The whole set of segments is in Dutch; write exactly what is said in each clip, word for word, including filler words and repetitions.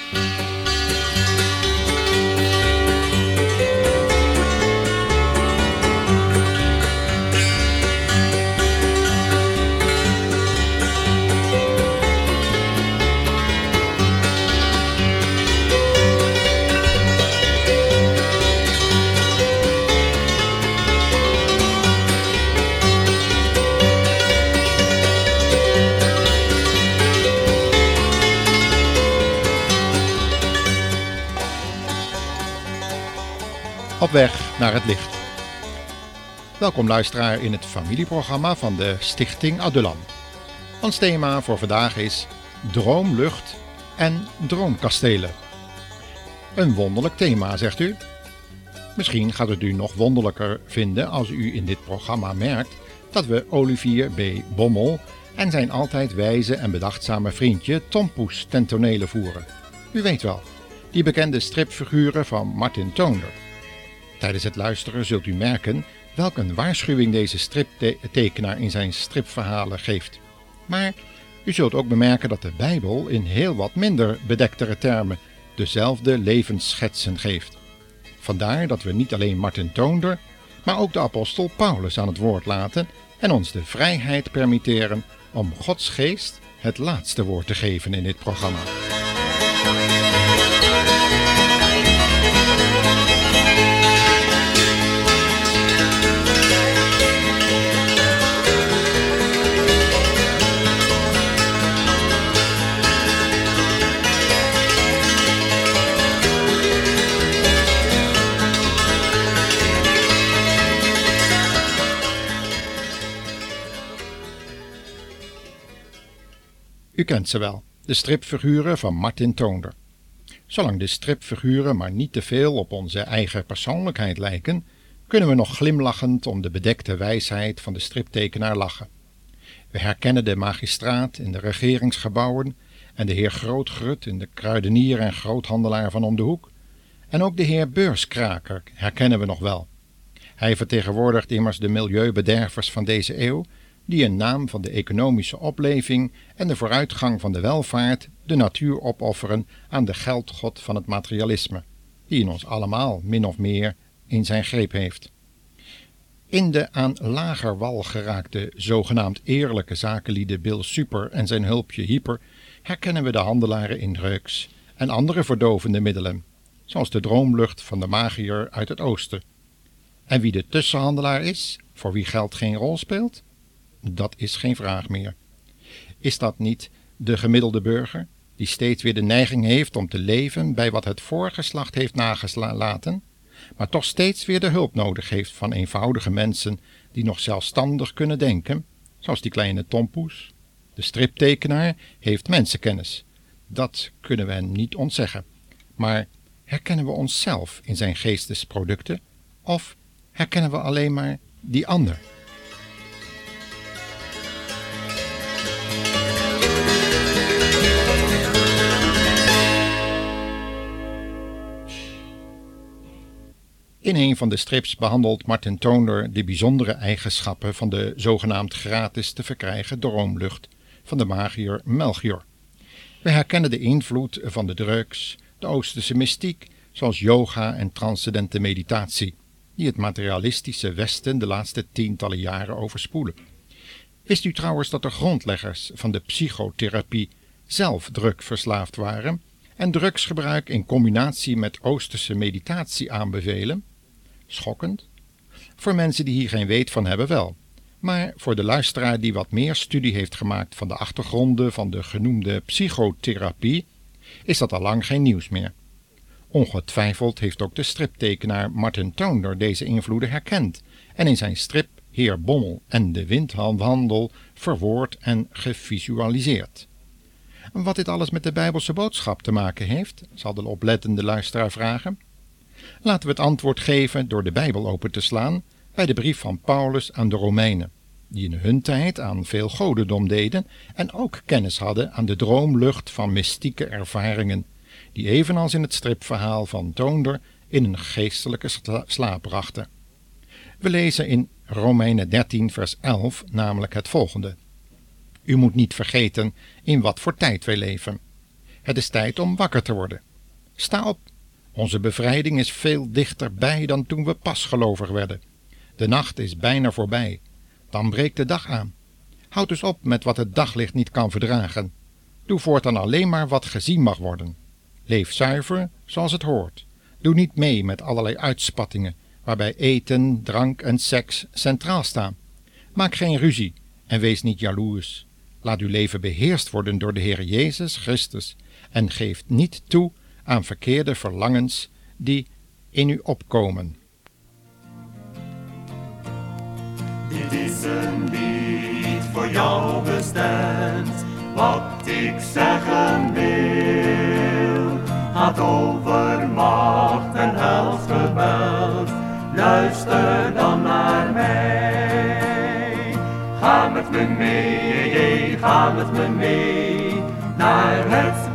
Op weg naar het licht. Welkom luisteraar in het familieprogramma van de Stichting Adulam. Ons thema voor vandaag is droomlucht en droomkastelen. Een wonderlijk thema, zegt u? Misschien gaat het u nog wonderlijker vinden als u in dit programma merkt dat we Olivier B. Bommel en zijn altijd wijze en bedachtzame vriendje Tom Poes ten tonele voeren. U weet wel, die bekende stripfiguren van Martin Toonder. Tijdens het luisteren zult u merken welk een waarschuwing deze striptekenaar in zijn stripverhalen geeft. Maar u zult ook bemerken dat de Bijbel in heel wat minder bedektere termen dezelfde levensschetsen geeft. Vandaar dat we niet alleen Martin Toonder, maar ook de apostel Paulus aan het woord laten en ons de vrijheid permitteren om Gods geest het laatste woord te geven in dit programma. U kent ze wel, de stripfiguren van Martin Toonder. Zolang de stripfiguren maar niet te veel op onze eigen persoonlijkheid lijken, kunnen we nog glimlachend om de bedekte wijsheid van de striptekenaar lachen. We herkennen de magistraat in de regeringsgebouwen en de heer Grootgrut in de kruidenier en groothandelaar van om de hoek. En ook de heer Beurskraker herkennen we nog wel. Hij vertegenwoordigt immers de milieubedervers van deze eeuw, die in naam van de economische opleving en de vooruitgang van de welvaart de natuur opofferen aan de geldgod van het materialisme, die in ons allemaal min of meer in zijn greep heeft. In de aan lager wal geraakte zogenaamd eerlijke zakenlieden Bill Super en zijn hulpje Hyper herkennen we de handelaren in drugs en andere verdovende middelen, zoals de droomlucht van de magiër uit het oosten. En wie de tussenhandelaar is, voor wie geld geen rol speelt? Dat is geen vraag meer. Is dat niet de gemiddelde burger, die steeds weer de neiging heeft om te leven bij wat het voorgeslacht heeft nagelaten, maar toch steeds weer de hulp nodig heeft van eenvoudige mensen die nog zelfstandig kunnen denken, zoals die kleine Tom Poes? De striptekenaar heeft mensenkennis. Dat kunnen we hem niet ontzeggen. Maar herkennen we onszelf in zijn geestesproducten, of herkennen we alleen maar die ander? In een van de strips behandelt Martin Toonder de bijzondere eigenschappen van de zogenaamd gratis te verkrijgen droomlucht van de magiër Melchior. We herkennen de invloed van de drugs, de Oosterse mystiek, zoals yoga en transcendente meditatie, die het materialistische Westen de laatste tientallen jaren overspoelen. Wist u trouwens dat de grondleggers van de psychotherapie zelf drugverslaafd waren en drugsgebruik in combinatie met Oosterse meditatie aanbevelen? Schokkend? Voor mensen die hier geen weet van hebben wel. Maar voor de luisteraar die wat meer studie heeft gemaakt van de achtergronden van de genoemde psychotherapie, is dat al lang geen nieuws meer. Ongetwijfeld heeft ook de striptekenaar Martin Toonder deze invloeden herkend en in zijn strip Heer Bommel en de windhandel verwoord en gevisualiseerd. Wat dit alles met de Bijbelse boodschap te maken heeft, zal de oplettende luisteraar vragen. Laten we het antwoord geven door de Bijbel open te slaan bij de brief van Paulus aan de Romeinen, die in hun tijd aan veel godendom deden en ook kennis hadden aan de droomlucht van mystieke ervaringen, die evenals in het stripverhaal van Toonder in een geestelijke slaap brachten. We lezen in Romeinen dertien vers elf namelijk het volgende. U moet niet vergeten in wat voor tijd wij leven. Het is tijd om wakker te worden. Sta op. Onze bevrijding is veel dichterbij dan toen we pas gelovig werden. De nacht is bijna voorbij. Dan breekt de dag aan. Houd dus op met wat het daglicht niet kan verdragen. Doe voortaan alleen maar wat gezien mag worden. Leef zuiver zoals het hoort. Doe niet mee met allerlei uitspattingen, waarbij eten, drank en seks centraal staan. Maak geen ruzie en wees niet jaloers. Laat uw leven beheerst worden door de Heer Jezus Christus en geef niet toe aan verkeerde verlangens die in u opkomen. Dit is een lied voor jou bestemd, wat ik zeggen wil. Gaat over macht en helsgeweld, luister dan naar mij. Ga met me mee, ga met me mee, naar het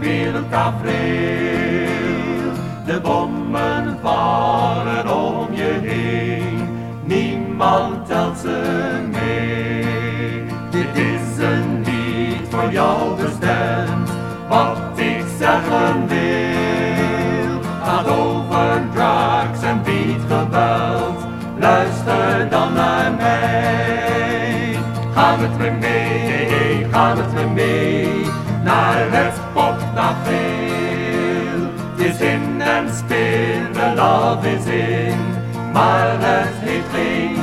wereldtafereel. De bommen vallen om je heen, niemand telt ze mee. Dit is een lied voor jou bestemd, wat ik zeggen wil. Gaat over drugs en beatgeweld, luister dan naar mij. Ga met me mee, ga met me mee, naar het poptafereel. Het is in en spin, de love is in, maar het heeft geen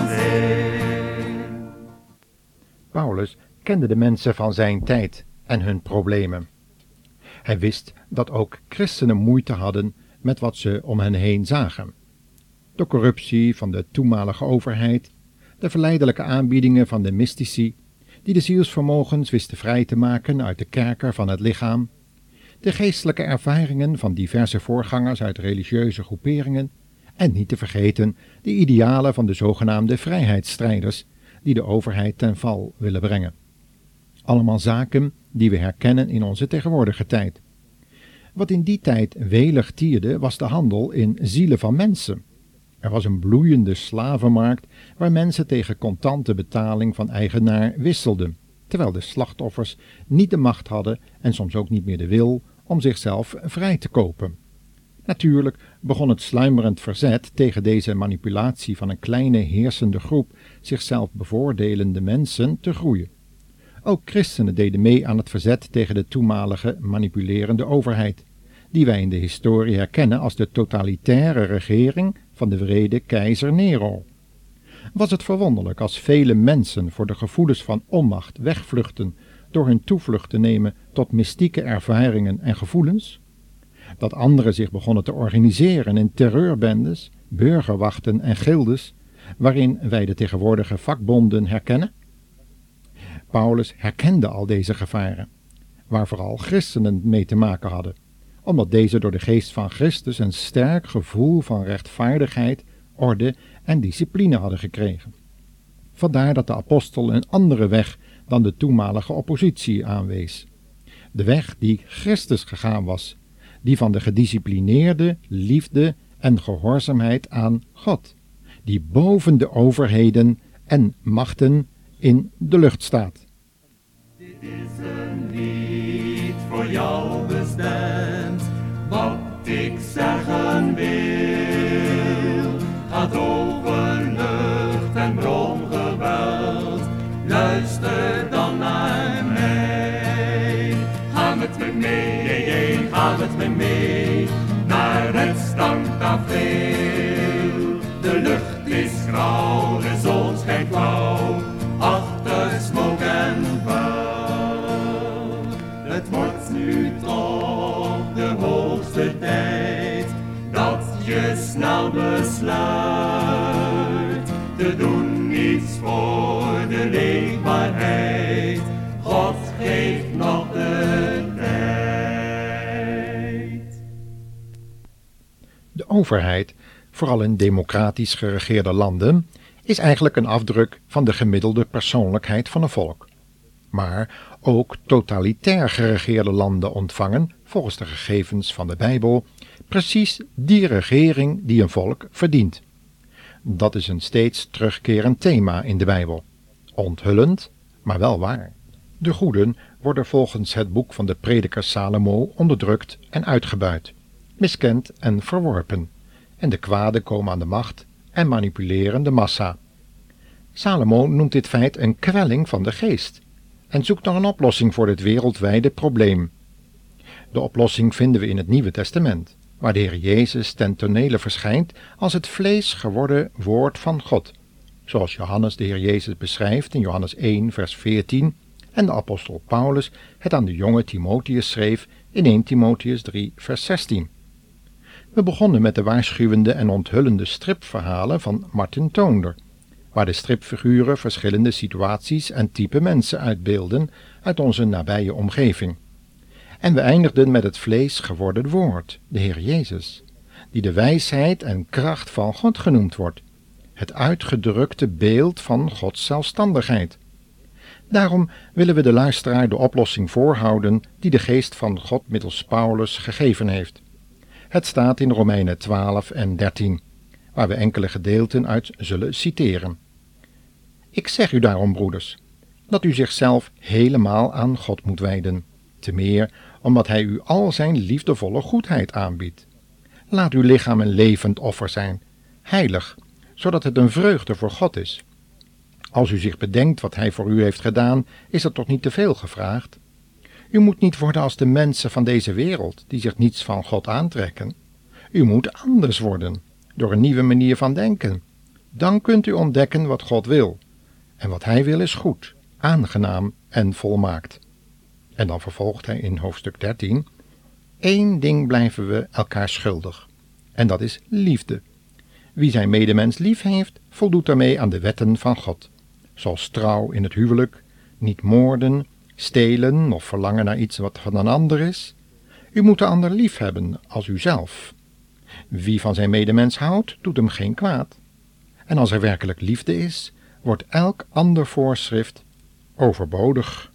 zin. Paulus kende de mensen van zijn tijd en hun problemen. Hij wist dat ook christenen moeite hadden met wat ze om hen heen zagen. De corruptie van de toenmalige overheid, de verleidelijke aanbiedingen van de mystici, die de zielsvermogens wisten vrij te maken uit de kerker van het lichaam, de geestelijke ervaringen van diverse voorgangers uit religieuze groeperingen en niet te vergeten de idealen van de zogenaamde vrijheidsstrijders die de overheid ten val willen brengen. Allemaal zaken die we herkennen in onze tegenwoordige tijd. Wat in die tijd welig tierde was de handel in zielen van mensen. Er was een bloeiende slavenmarkt waar mensen tegen contante betaling van eigenaar wisselden, terwijl de slachtoffers niet de macht hadden en soms ook niet meer de wil om zichzelf vrij te kopen. Natuurlijk begon het sluimerend verzet tegen deze manipulatie van een kleine heersende groep zichzelf bevoordelende mensen te groeien. Ook christenen deden mee aan het verzet tegen de toenmalige manipulerende overheid, die wij in de historie herkennen als de totalitaire regering van de wrede keizer Nero. Was het verwonderlijk als vele mensen voor de gevoelens van onmacht wegvluchten door hun toevlucht te nemen tot mystieke ervaringen en gevoelens? Dat anderen zich begonnen te organiseren in terreurbendes, burgerwachten en gildes, waarin wij de tegenwoordige vakbonden herkennen? Paulus herkende al deze gevaren, waar vooral christenen mee te maken hadden, omdat deze door de geest van Christus een sterk gevoel van rechtvaardigheid, orde en discipline hadden gekregen. Vandaar dat de apostel een andere weg dan de toenmalige oppositie aanwees. De weg die Christus gegaan was, die van de gedisciplineerde liefde en gehoorzaamheid aan God, die boven de overheden en machten in de lucht staat. Dit is een lied voor jou bestemd, wat ik zeggen wil. Gaat over lucht en brongeweld, luister dan naar mij. Ga met me mee, ga met me mee, naar het stanktafereel. De lucht is grauw, de zon schijnt flauw, achter smook en vuil. Het wordt nu toch de hoogste tijd dat je snel besluit te doen iets voor de leefbaarheid. God geeft nog de tijd. De overheid, vooral in democratisch geregeerde landen, is eigenlijk een afdruk van de gemiddelde persoonlijkheid van een volk. Maar ook totalitair geregeerde landen ontvangen, volgens de gegevens van de Bijbel, precies die regering die een volk verdient. Dat is een steeds terugkerend thema in de Bijbel. Onthullend, maar wel waar. De goeden worden volgens het boek van de prediker Salomo onderdrukt en uitgebuit, miskend en verworpen, en de kwaden komen aan de macht en manipuleren de massa. Salomo noemt dit feit een kwelling van de geest en zoekt naar een oplossing voor dit wereldwijde probleem. De oplossing vinden we in het Nieuwe Testament, waar de Heer Jezus ten tonele verschijnt als het vlees geworden woord van God, zoals Johannes de Heer Jezus beschrijft in Johannes één vers veertien en de apostel Paulus het aan de jonge Timotheus schreef in eerste Timotheus drie vers zestien. We begonnen met de waarschuwende en onthullende stripverhalen van Martin Toonder, waar de stripfiguren verschillende situaties en type mensen uitbeelden uit onze nabije omgeving. En we eindigden met het vlees geworden woord, de Heer Jezus, die de wijsheid en kracht van God genoemd wordt, het uitgedrukte beeld van Gods zelfstandigheid. Daarom willen we de luisteraar de oplossing voorhouden die de geest van God middels Paulus gegeven heeft. Het staat in Romeinen twaalf en dertien, waar we enkele gedeelten uit zullen citeren. Ik zeg u daarom, broeders, dat u zichzelf helemaal aan God moet wijden, te meer omdat hij u al zijn liefdevolle goedheid aanbiedt. Laat uw lichaam een levend offer zijn, heilig, zodat het een vreugde voor God is. Als u zich bedenkt wat hij voor u heeft gedaan, is dat toch niet te veel gevraagd? U moet niet worden als de mensen van deze wereld, die zich niets van God aantrekken. U moet anders worden, door een nieuwe manier van denken. Dan kunt u ontdekken wat God wil. En wat hij wil is goed, aangenaam en volmaakt. En dan vervolgt hij in hoofdstuk dertien. Eén ding blijven we elkaar schuldig. En dat is liefde. Wie zijn medemens lief heeft, voldoet daarmee aan de wetten van God. Zoals trouw in het huwelijk, niet moorden, stelen of verlangen naar iets wat van een ander is. U moet de ander lief hebben als uzelf. Wie van zijn medemens houdt, doet hem geen kwaad. En als er werkelijk liefde is, wordt elk ander voorschrift overbodig.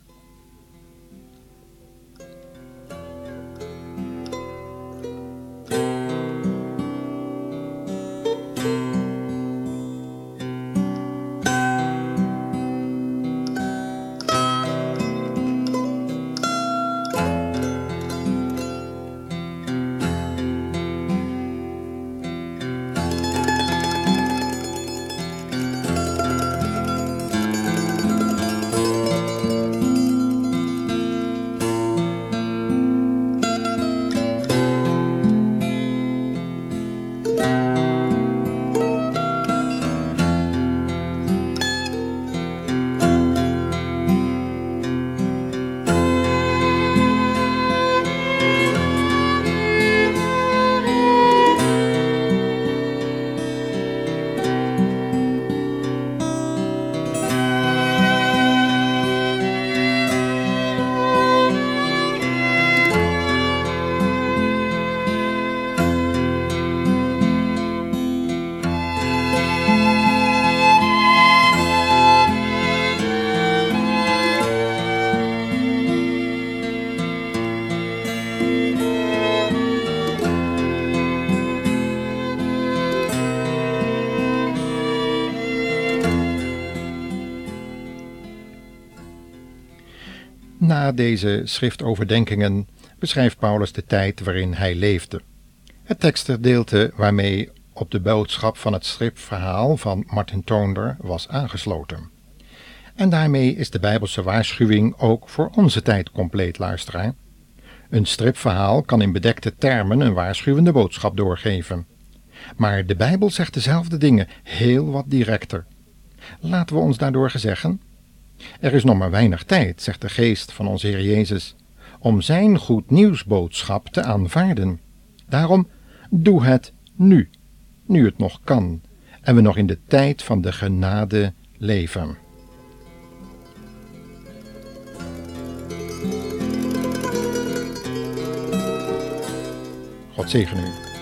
Na deze schriftoverdenkingen beschrijft Paulus de tijd waarin hij leefde. Het tekstgedeelte waarmee op de boodschap van het stripverhaal van Martin Toonder was aangesloten. En daarmee is de Bijbelse waarschuwing ook voor onze tijd compleet, luisteraar. Een stripverhaal kan in bedekte termen een waarschuwende boodschap doorgeven. Maar de Bijbel zegt dezelfde dingen heel wat directer. Laten we ons daardoor gezeggen: er is nog maar weinig tijd, zegt de geest van onze Heer Jezus, om zijn goed nieuwsboodschap te aanvaarden. Daarom, doe het nu, nu het nog kan, en we nog in de tijd van de genade leven. God zegen u.